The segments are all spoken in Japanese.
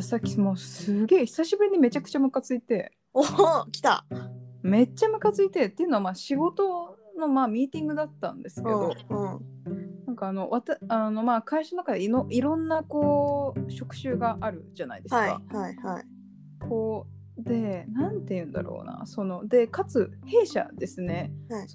私さっきもうすげえ久しぶりにめちゃくちゃムカついて、 おお、来た。 めっちゃムカついてっていうのはまあ仕事のまあミーティングだったんですけど、なんかまあ会社の中でいろんなこう職種があるじゃないですか。こうでなんて言うんだろうな、でかつ弊社ですね、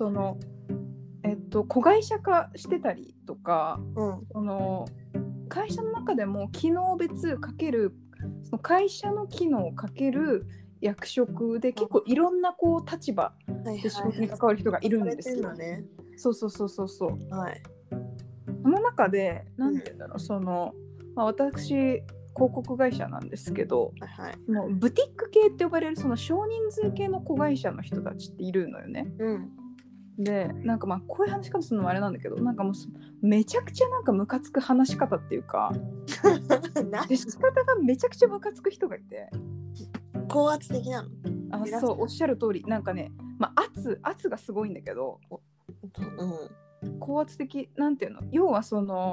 子会社化してたりとか、会社の中でも機能別かけるその会社の機能かける役職で結構いろんなこう立場で仕事に関わる人がいるんですよ。そう。その中でなんて言うんだろう、私広告会社なんですけど、もうブティック系って呼ばれるその少人数系の子会社の人たちっているのよね。でなんかまあこういう話し方するのもあれなんだけど、なんかもうめちゃくちゃなんかムカつく話し方っていうかで仕方がめちゃくちゃムカつく人がいて、 高圧的なの？ そうおっしゃる通り、なんかね、まあ、圧がすごいんだけど、高圧的なんていうの、要は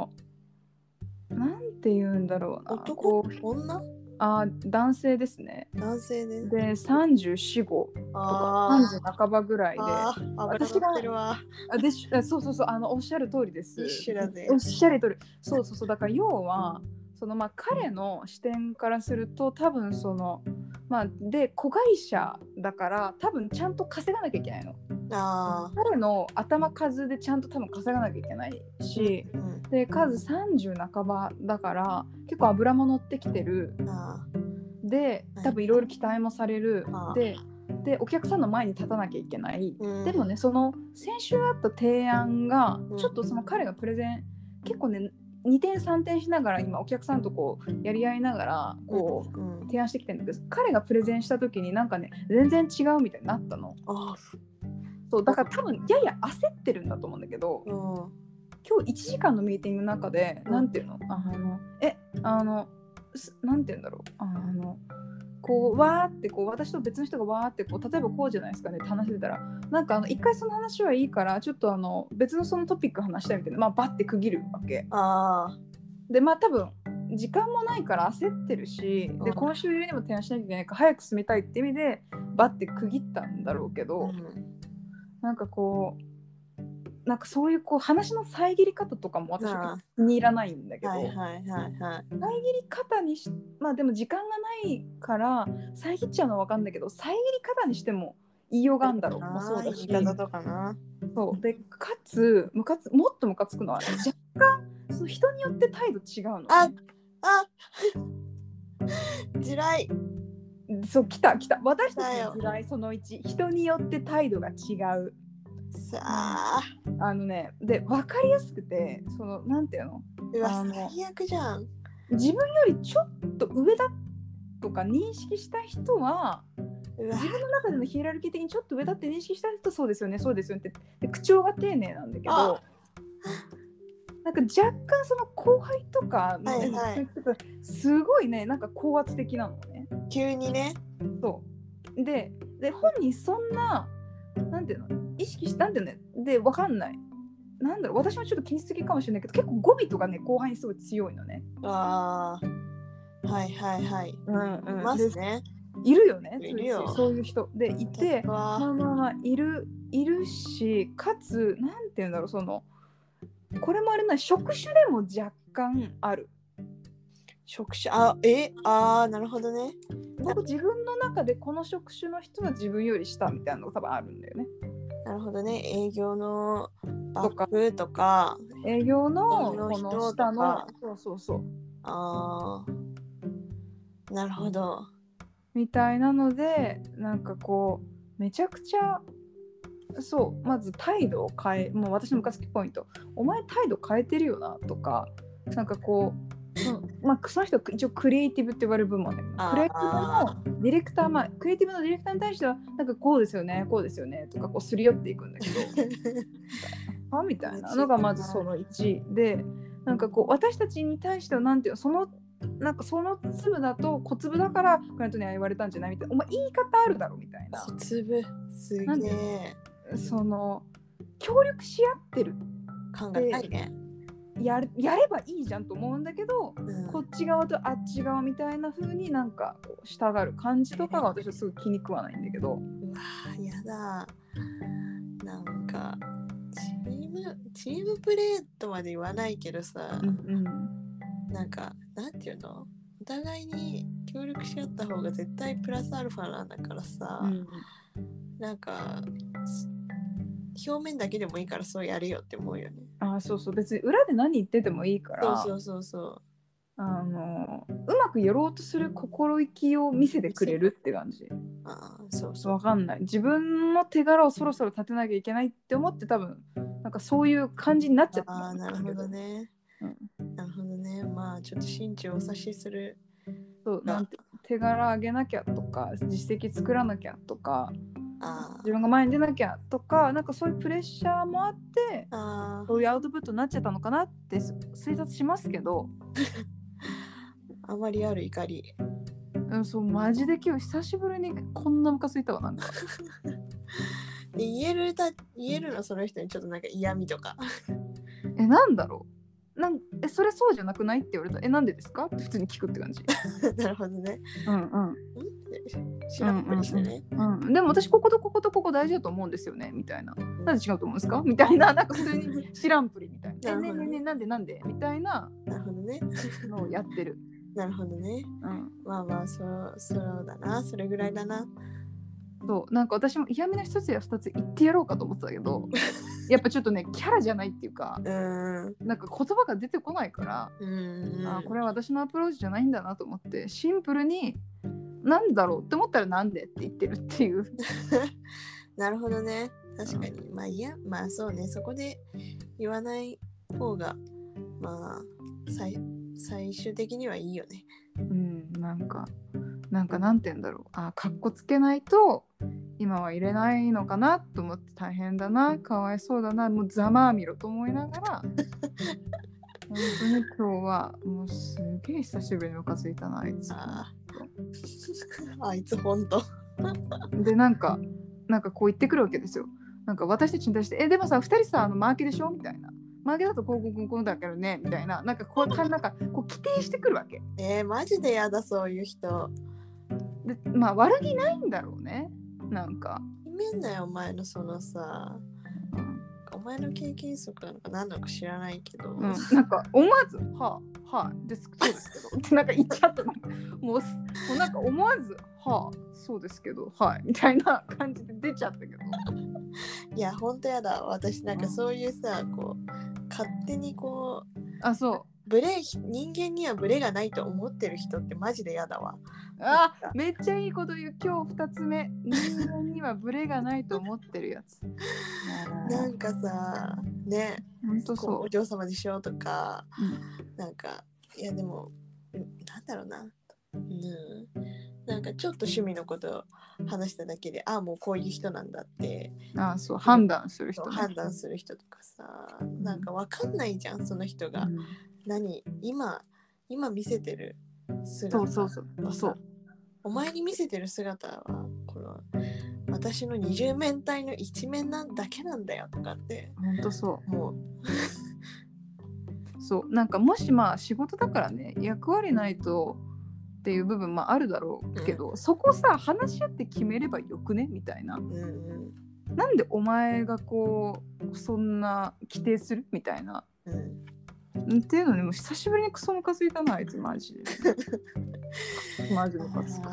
なんて言うんだろうな、 男？女？ 男性ですね。 男性で 34、5とか30半ばぐらいで、私がそうおっしゃる通りです。おっしゃる通り。そうだから要はまあ彼の視点からすると多分まあで子会社だから多分ちゃんと稼がなきゃいけないの。彼の頭数でちゃんと多分稼がなきゃいけないし、で数30半ばだから結構油も乗ってきてる。で多分いろいろ期待もされる。でお客さんの前に立たなきゃいけない。でもね、先週あった提案がちょっと彼がプレゼン結構ね2点3点しながら今お客さんとこうやり合いながらこう提案してきてるんだけど、彼がプレゼンした時になんかね全然違うみたいになったの。そうだから多分やや焦ってるんだと思うんだけど、今日1時間のミーティングの中でなんていうのなんていうんだろう、こうわーってこう私と別の人がわーってこう例えばこうじゃないですかねって話してたら、なんか一回その話はいいからちょっと別のそのトピック話したいみたいな、まあバッて区切るわけで、まあ多分時間もないから焦ってるし、で今週中にも提案しなきゃいけないから早く進めたいって意味でバッて区切ったんだろうけど、なんかこうなんかそういうこう話の遮り方とかも私は気に入らないんだけど、遮り方にまあでも時間がないから遮っちゃうのは分かんないけど、遮り方にしても言いようがあるんだろうもそうだし、そうでかつもっとムカつくのは、ね、若干その人によって態度違うの、ね、 地雷。 そう来た私たちの地雷その1、人によって態度が違う。で分かりやすくてなんていうの、 最悪じゃん。 自分よりちょっと上だとか認識した人は自分の中でのヒエラルキー的にちょっと上だって認識した人そうですよねってで口調が丁寧なんだけど、なんか若干その後輩とか、すごいねなんか高圧的なのね、 急にね。 そうで本人そんななんていうの意識したんだよね。で分かんないなんだろう、私もちょっと気にしすぎかもしれないけど結構語尾とかね後輩にすごい強いのね。 ますね。 いるよね。 いるよ。 そういう人でいて、まあいるし、かつなんていうんだろう、これもあれな職種でも若干ある。 職種なるほどね。 僕自分の中でこの職種の人は自分より下みたいなのが多分あるんだよね。 なるほどね。営業のバックとか営業のこの下のそうなるほどみたいなので、なんかこうめちゃくちゃまず態度を変え、もう私のムカつきポイント、お前態度変えてるよなとか、なんかこう、まあ、その人は一応クリエイティブって言われる部門だけど、クリエイティブのディレクター、クリエイティブのディレクターに対してはなんかこうですよねとかこうすり寄っていくんだけどみたいなのがまずその1で、なんかこう私たちに対してはなんていうの、なんかその粒だと小粒だからクライアントには言われたんじゃないみたいな、お前言い方あるだろみたいな。 小粒すげえ。 協力し合ってる感がないね。 やればいいじゃんと思うんだけど、こっち側とあっち側みたいな風になんか従う感じとかが私はすごい気に食わないんだけど、 うわやだ、なんかチームプレーとまで言わないけどさ、なんかなんていうの、お互いに協力し合った方が絶対プラスアルファなんだからさ、なんか表面だけでもいいからそうやるよって思うよね。 そうそう、別に裏で何言っててもいいから、 そううまくやろうとする心意気を見せてくれるって感じ。そうわかんない、自分の手柄をそろそろ立てなきゃいけないって思って多分なんかそういう感じになっちゃった。 なるほどね、なるほどね。まあちょっと心中お察しする。 そう、なんて手柄上げなきゃとか実績作らなきゃとか自分が前に出なきゃとか、なんかそういうプレッシャーもあってそういうアウトプットになっちゃったのかなって推察しますけどあまりある怒り。 そうマジで今日久しぶりにこんなムカついたわなんかで言えるのその人にちょっとなんか嫌味とかなんだろう、それそうじゃなくないって言われたらなんでですかって普通に聞くって感じなるほどね。知らんぷりしてね、 でも私こことこことここ大事だと思うんですよねみたいな、なんで違うと思うんですかみたいな、なんか普通に知らんぷりみたいなねなんでみたいなのをやってる。 なるほどね、まあまあそうだな、それぐらいだな。 そうなんか私も嫌味の一つや二つ言ってやろうかと思ってたけどやっぱちょっとねキャラじゃないっていうかなんか言葉が出てこないからこれは私のアプローチじゃないんだなと思ってシンプルになんだろうって思ったらなんでって言ってるっていうなるほどね、確かに、まあそうね、そこで言わない方がまあ最終的にはいいよね。 なんかなんて言うんだろう、かっこつけないと今は入れないのかなと思って大変だな、かわいそうだな、もうざまあみろと思いながら本当に今日はもうすげえ久しぶりにムカついたなあいつ。 あいつほんとでなんかこう言ってくるわけですよ。なんか私たちに対してでもさ2人さマーケでしょみたいな、マーケだとこうだけどねみたいな、なんかこう規定してくるわけ。 マジでやだそういう人で悪気ないんだろうね。なんか決めんなよお前のそのさ、お前の経験則なのか何なのか知らないけど、 なんか思わずそうですけどってなんか言っちゃったのもうなんか思わずそうですけどみたいな感じで出ちゃったけどいやほんとやだ、私なんかそういうさこう勝手にこうそう人間にはブレがないと思ってる人ってマジでやだわ。 めっちゃいいこと言う。今日2つ目、人間にはブレがないと思ってるやつなんかさね、 ほんとそう、 お嬢様でしょとか、なんかいやでもなんだろうな、なんかちょっと趣味のことを話しただけでもうこういう人なんだってそう判断する人、 判断する人とかさ、なんかわかんないじゃんその人が、今見せてる姿、そうお前に見せてる姿はこの私の二重面体の一面だけなんだよとかって。 ほんとそうもうそうなんかもし仕事だからね役割ないとっていう部分あるだろうけど、そこさ話し合って決めればよくねみたいな、なんでお前がこうそんな規定するみたいな、っていうのにもう久しぶりにクソムカついたなあいつマジでマジムカつく。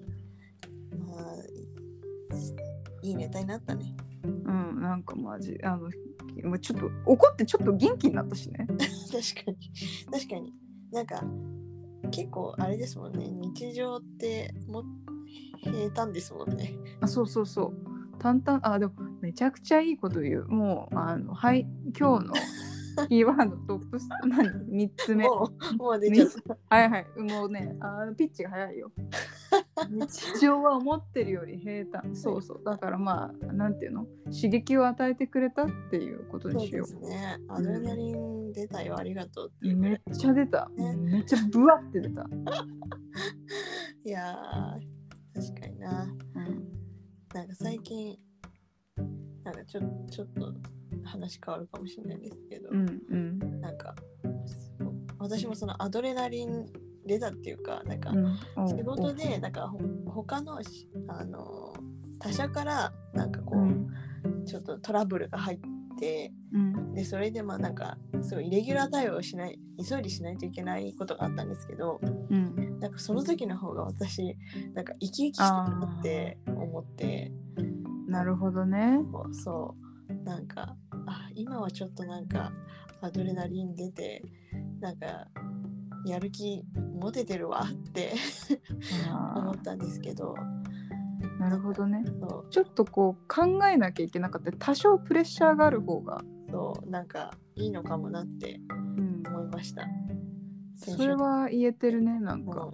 いいネタになったね。 なんかマジもうちょっと怒ってちょっと元気になったしね確かになんか結構あれですもんね、日常って平坦ですもんね。 そう淡々。でもめちゃくちゃいいこと言う。もう今日のキーワードトップ3つ目もう出ちゃった。 もうねピッチが早いよ日常は思ってるより平坦。そうだからなんていうの、刺激を与えてくれたっていうことにしよう。 そうですね、アドレナリン出たよ、ありがとうっていう。 めっちゃ出た、めっちゃブワって出たいや確かにな、なんか最近なんかちょっと話変わるかもしれないんですけど、なんか私もそのアドレナリン出たっていうか、なんか仕事でなんか他の他社からなんかこう、ちょっとトラブルが入って、でそれでまあなんかすごいイレギュラー対応を急いでしないといけないことがあったんですけど、なんかその時の方が私なんか生き生きしてるなって思って。 なるほどね。 そうなんか今はちょっとなんかアドレナリン出てなんかやる気持ててるわって思ったんですけど。 なるほどね。ちょっとこう考えなきゃいけなかった。多少プレッシャーがある方がなんかいいのかもなって思いました。 それは言えてるね。なんか、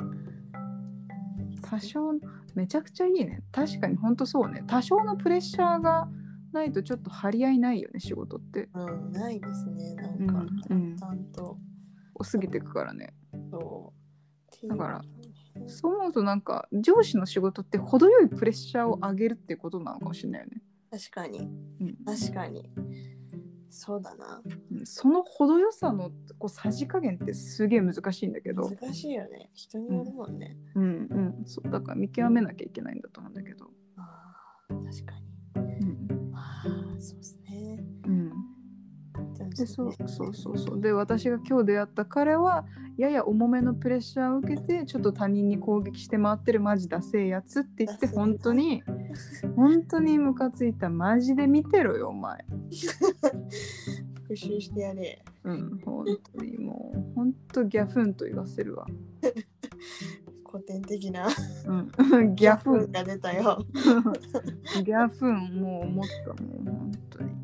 多少めちゃくちゃいいね。確かに本当そうね。多少のプレッシャーがないとちょっと張り合いないよね、仕事って。 ないですね。なんか淡々と過ぎていくからね。 そうだからそう思うとなんか上司の仕事って程よいプレッシャーを上げるっていうことなのかもしれないよね。 確かに、確かにそうだな。 その程よさのこうさじ加減ってすげえ難しいんだけど。 難しいよね。人によるもんね。 そうだから見極めなきゃいけないんだと思うんだけど。 確かに。そうですね。 でそうで私が今日出会った彼はやや重めのプレッシャーを受けてちょっと他人に攻撃して回ってるマジダセえやつって言って本当にムカついた。マジで見てろよお前。 復習してやれ。 本当にもう本当ギャフンと言わせるわ。 古典的な、 ギャフンが出たよ。 ギャフンもう思ったもん本当に。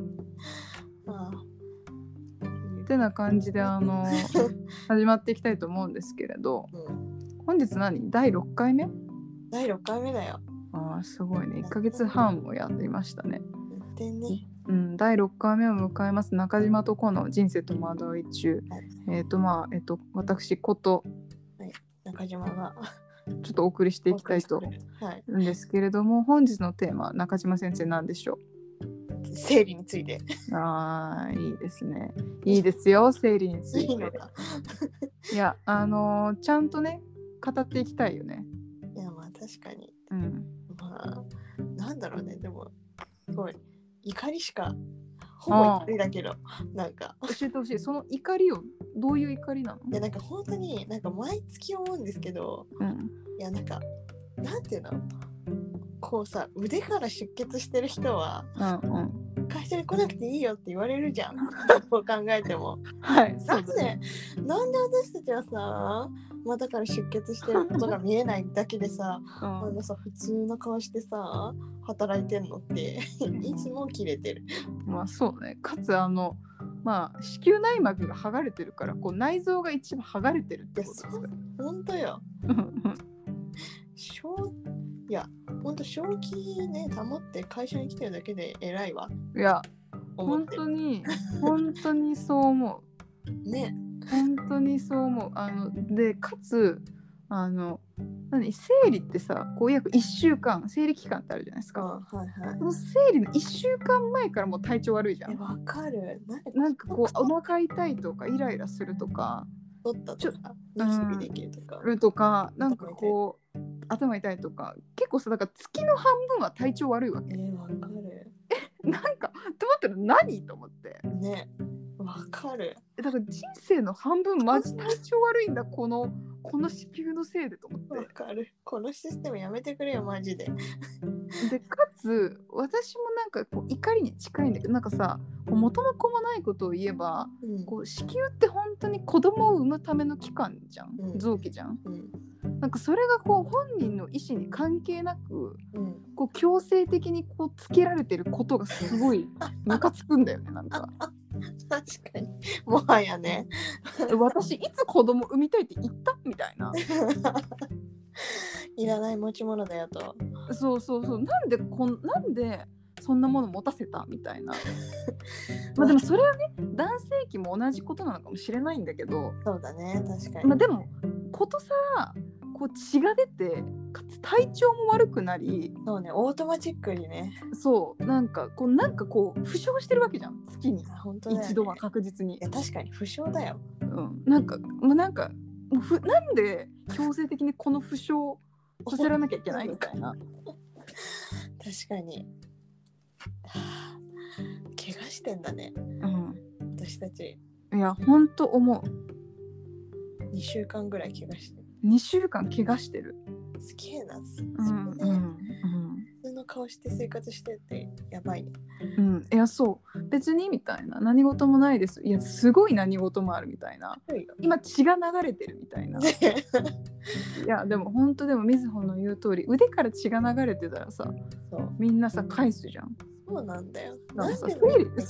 ってな感じで始まっていきたいと思うんですけれど、本日第6回目？ 第6回目だよ。 すごいね。1ヶ月半もやっていましたね。 第 6回目を迎えます中島とこの人生と戸惑い中、私こと中島がちょっとお送りしていきたいと思うんですけれども、本日のテーマ中島先生何でしょう？ 生理について。 いいですね。いいですよ、生理について。いやちゃんとね語っていきたいよね。 いやまあ確かに。なんだろうね。でもすごい怒りしかほぼ怒りだけどなんか教えてほしい。その怒りをどういう怒りなの？ いやなんか本当になんか毎月思うんですけど、いやなんかなんていうのこうさ腕から出血してる人は、会社に来なくていいよって言われるじゃん。こう考えても。なんで私たちはさ股から出血してることが見えないだけでさ、普通の顔してさ働いてんのっていつもキレてる。 まあそうね。かつ子宮内膜が剥がれてるからこう内臓が一部剥がれてるってことですか？ 本当よ。いや本当正気ね保って会社に来てるだけで偉いわ。 いや本当にそう思う。ね。本当にそう思う。でかつ生理ってさこう約1週間生理期間ってあるじゃないですか。その生理の1週間前からもう体調悪いじゃん。 わかる。 なんかこうお腹痛いとかイライラするとか取ったとかニキビできるとかなんかこう頭痛いとか結構さだから月の半分は体調悪いわけ。 わかる。 なんかと思ったら何と思ってね。わかる。 だから人生の半分マジ体調悪いんだこの子宮のせいでと思って。 わかる。このシステムやめてくれよマジで。 でかつ私もなんかこう怒りに近いんだけどなんかさ元も子もないことを言えば、こう子宮って本当に子供を産むための器官じゃん、臓器じゃん、なんかそれがこう本人の意思に関係なく、こう強制的にこうつけられてることがすごいムカつくんだよねなんか。 確かにもはやね私いつ子供産みたいって言ったみたいな。 いらない持ち物だよと。 そうなんでそんなもの持たせたみたいな。でもそれはね男性器も同じことなのかもしれないんだけど。 そうだね確かに。 でもことさこう血が出てかつ体調も悪くなり、 そうねオートマチックにね。 そうなんかこう負傷してるわけじゃん月に、一度は確実に。 いや確かに負傷だよ。 なんかもうなんで強制的にこの負傷させられなきゃいけないみたいな。 確かに。怪我してんだね。私たち。 いやほんと思う。 2週間ぐらい怪我してる。 2週間怪我してる。 すげえな。普通の顔して生活してってやばいね。 いやそう別にみたいな、何事もないです。いやすごい何事もあるみたいな。今血が流れてるみたいな。いやでも本当でもみずほの言う通り、腕から血が流れてたらさ、みんなさ返すじゃん。 そうなんだよ。 なんかさそう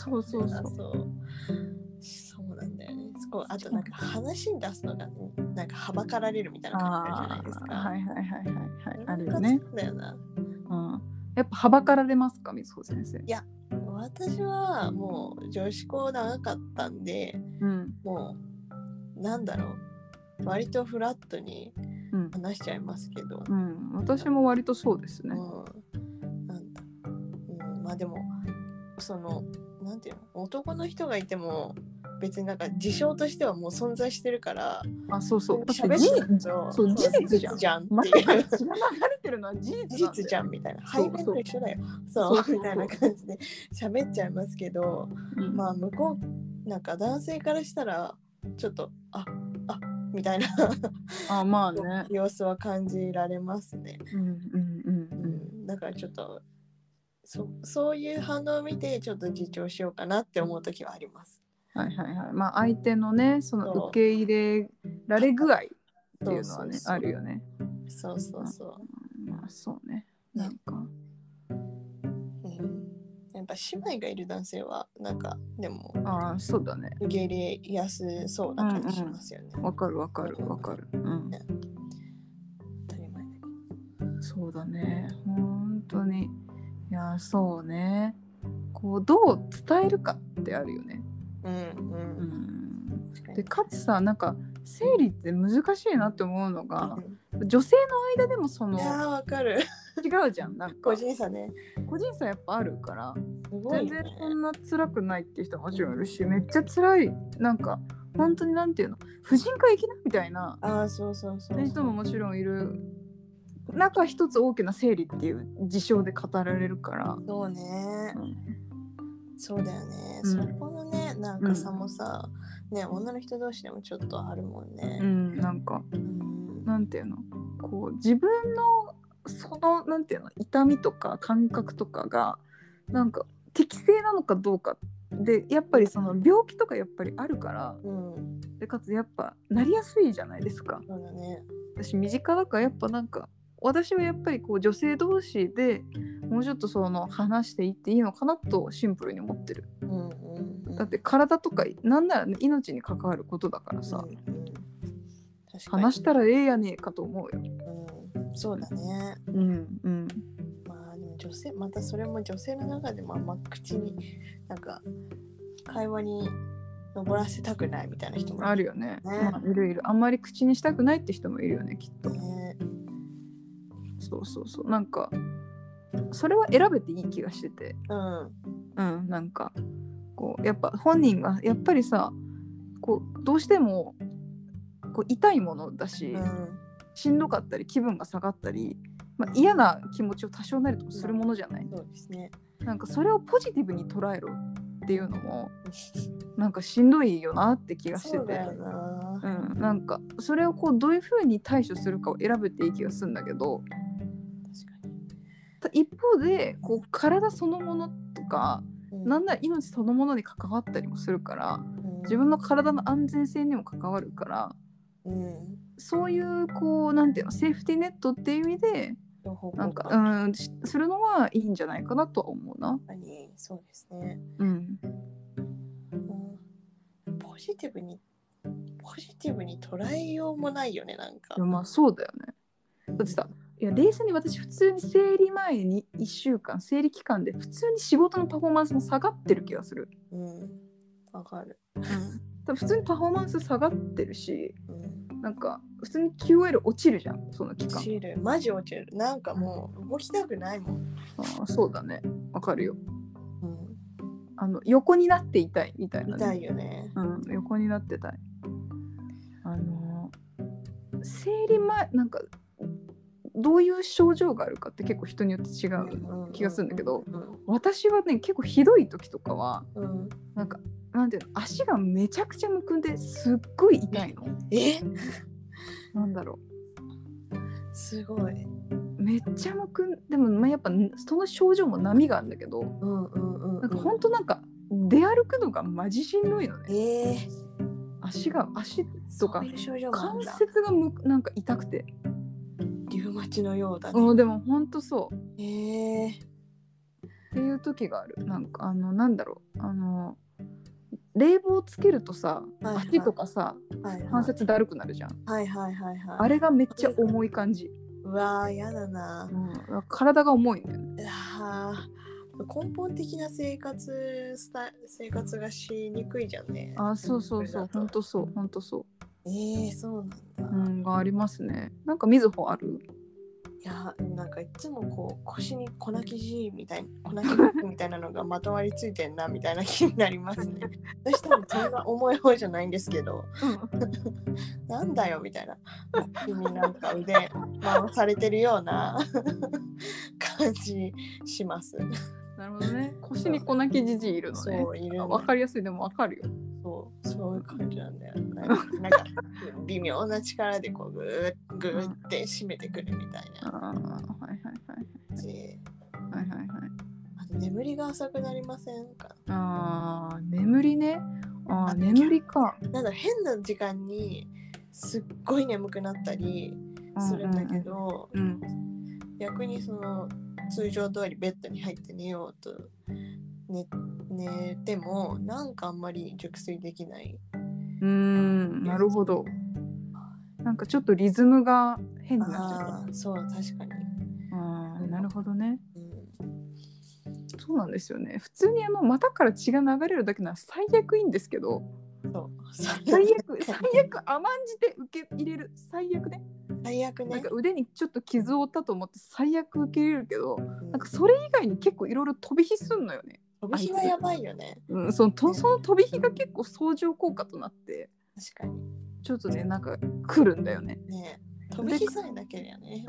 なんだよね。あとなんか話に出すのが、なんかはばかられるみたいな感じじゃないですか。 はいあるよね。 だよな。 やっぱはばかられますか、みずほ先生。 いや私はもう女子校長かったんで、もうなんだろう、割とフラットに話しちゃいますけど、 私も割とそうですね。 まあでもなんていうの、男の人がいても別になんか事象としてはもう存在してるから、 そう喋って事実じゃんっていう、 血が流れてるのは事実じゃんみたいな、背面と一緒だよみたいな感じで喋っちゃいますけど、まあ向こうなんか男性からしたらちょっとみたいなまあね様子は感じられますね。だからちょっとそういう反応を見てちょっと自重しようかなって思う時はあります。 まあ相手のねその受け入れられ具合っていうのはねあるよね。 そうまあそうね、なんかやっぱ姉妹がいる男性はなんかでもそうだね、 受け入れやすそうな感じしますよね。 わかる当たり前だけど。そうだね、本当に。いやそうね、こうどう伝えるかってあるよね。でかつさ、なんか生理って難しいなって思うのが、女性の間でもそのわかる違うじゃん、なんか個人差やっぱあるから、全然そんな辛くないっていう人ももちろんいるし、めっちゃ辛い、なんか本当になんていうの、婦人科行きなみたいな人ももちろんいる中、一つ大きな生理っていう事象で語られるから。 そうね、そうだよね、そこのねなんか差もさ、女の人同士でもちょっとあるもんね。 なんか、なんていうの、こう自分のそのなんていうの、痛みとか感覚とかがなんか適正なのかどうかで、やっぱりその病気とかやっぱりあるから、でかつやっぱなりやすいじゃないですか。 そうだね。 私身近だからやっぱなんか私はやっぱりこう女性同士でもうちょっとその話していっていいのかなとシンプルに思ってる。だって体とかなんなら、ね、命に関わることだからさ、話したらええやねえかと思うよ。 そうだね。まあでも女性、またそれも女性の中でもあんま口になんか会話に上らせたくないみたいな人もあるよね。いるあんまり口にしたくないって人もいるよね、きっと。そうなんかそれは選べていい気がしてて、なんかこうやっぱ本人がやっぱりさ、こうどうしてもこう痛いものだし、しんどかったり気分が下がったり、嫌な気持ちを多少なりともするものじゃない。 そうですね。 なんかそれをポジティブに捉えろっていうのもなんかしんどいよなって気がしてて、なんかそれをこうどういう風に対処するかを選べていい気がするんだけど、一方でこう体そのものとか、なんなら命そのものに関わったりもするから、自分の体の安全性にも関わるから、そういうこうなんていうの、セーフティーネットっていう意味でなんかするのはいいんじゃないかなとは思うな。 そうですね。ポジティブに捉えようもないよね、なんか。 まあそうだよね。だってさ、いや冷静に私普通に生理前に1週間生理期間で普通に仕事のパフォーマンスも下がってる気がする。 わかる。 普通にパフォーマンス下がってるし、なんか普通に QOL 落ちるじゃん、その期間。 落ちる、マジ落ちる。なんかもう動きたくないもん。 そうだね、わかるよ。横になっていたいみたいな、 痛いよね。 横になってたい。 生理前なんかどういう症状があるかって結構人によって違う気がするんだけど、私はね結構ひどい時とかは、なんかなんていうの、足がめちゃくちゃむくんですっごい痛いの。なんだろう、すごいめっちゃむくんでも、まあ、やっぱその症状も波があるんだけど、なんかほんとなんか出歩くのがマジしんどいのね。足とか関節がなんか痛くてリウマチのようだね。 でもほんとそう。っていう時がある。なんかなんだろう、冷房つけるとさ、足とかさ、関節だるくなるじゃん。あれがめっちゃ重い感じ。 うわーやだな、 体が重いんだよね。 根本的な生活がしにくいじゃんね。 そうほんとそうほんとそう。 そうなんだ。 がありますね。なんかみずほある？ いや、なんかいつもこう腰に粉生地みたいなのがまとわりついてんなみたいな気になりますね。私多分そんな重い方じゃないんですけど、なんだよみたいな、君なんか腕回されてるような感じします。 なるほどね。腰に粉生地いるのね。 そういる。 わかりやすい。でもわかるよ。 そういう感じなんだよ。なんか微妙な力でこうグーって締めてくるみたいな。あと眠りが浅くなりませんか？ 眠りね。眠りか。 なんだ変な時間にすっごい眠くなったりするんだけど、逆にその通常通りベッドに入って寝ようと寝てもなんかあんまり熟睡できない。 なるほど。なんかちょっとリズムが変になっちゃう。 そう確かに。 なるほどね。そうなんですよね。普通に股から血が流れるだけなら最悪いいんですけど、最悪甘んじて受け入れる。最悪ね。なんか腕にちょっと傷を負ったと思って最悪受け入れるけど、なんかそれ以外に結構いろいろ飛び火すんのよね。 飛び火はやばいよね。 その飛び火が結構相乗効果となって、 確かにちょっとねなんか来るんだよね。 飛び火さえなければね。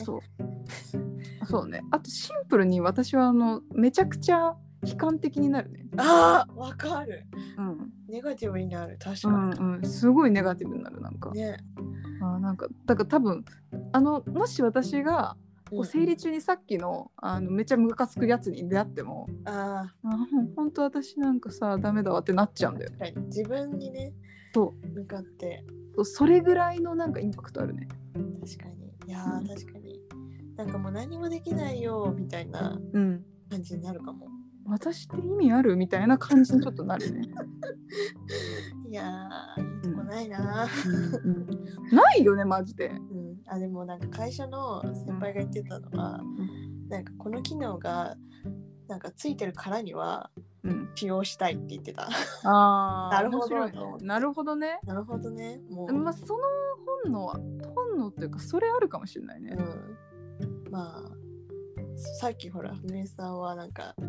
そうね。あとシンプルに私はめちゃくちゃ悲観的になるね。 わかる。ネガティブになる。確かに。すごいネガティブになる。なんか。なんかだから多分もし私が生理中にさっきのめちゃムカつくやつに出会っても、本当私なんかさダメだわってなっちゃうんだよね。 自分にね向かってそれぐらいのなんかインパクトあるね。 確かに。いや確かになんかもう何もできないよみたいな感じになるかも。 私って意味あるみたいな感じにちょっとなるね。 いやいいとこないな。 ないよねマジで。 でもなんか会社の先輩が言ってたのは、なんかこの機能がなんかついてるからには使用したいって言ってた。なるほど。 なるほどね。 もうその本能っていうかそれあるかもしれないね。 まあさっきほらふみさんはなんか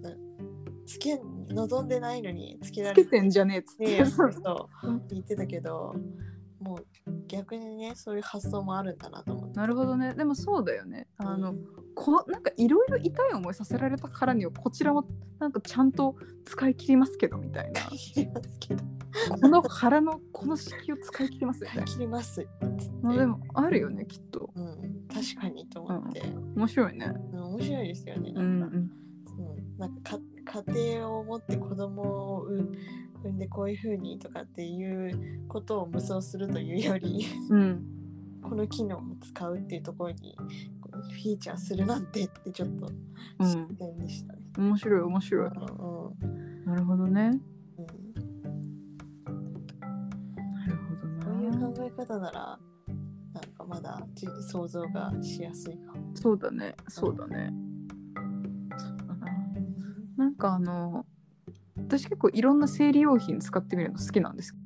望んでないのにつけてんじゃねえっつって言ってたけど、もう逆にねそういう発想もあるんだなと思って。 なるほどね。でもそうだよね。なんかいろいろ痛い思いさせられたからにはこちらもなんかちゃんと使い切りますけどみたいな。この腹のこの式を使い切りますみたいな。 切ります。 でもあるよねきっと。 確かにと思って。 面白いね。 面白いですよね。なんか家庭を持って子供を産んでこういう風にとかっていうことを無双するというより、この機能を使うっていうところにフィーチャーするなんてってちょっと新鮮でしたね。 面白い。なるほどね。なるほどな。 こういう考え方ならなんかまだ想像がしやすいかも。 そうだね。なんか私結構いろんな生理用品使ってみるの好きなんです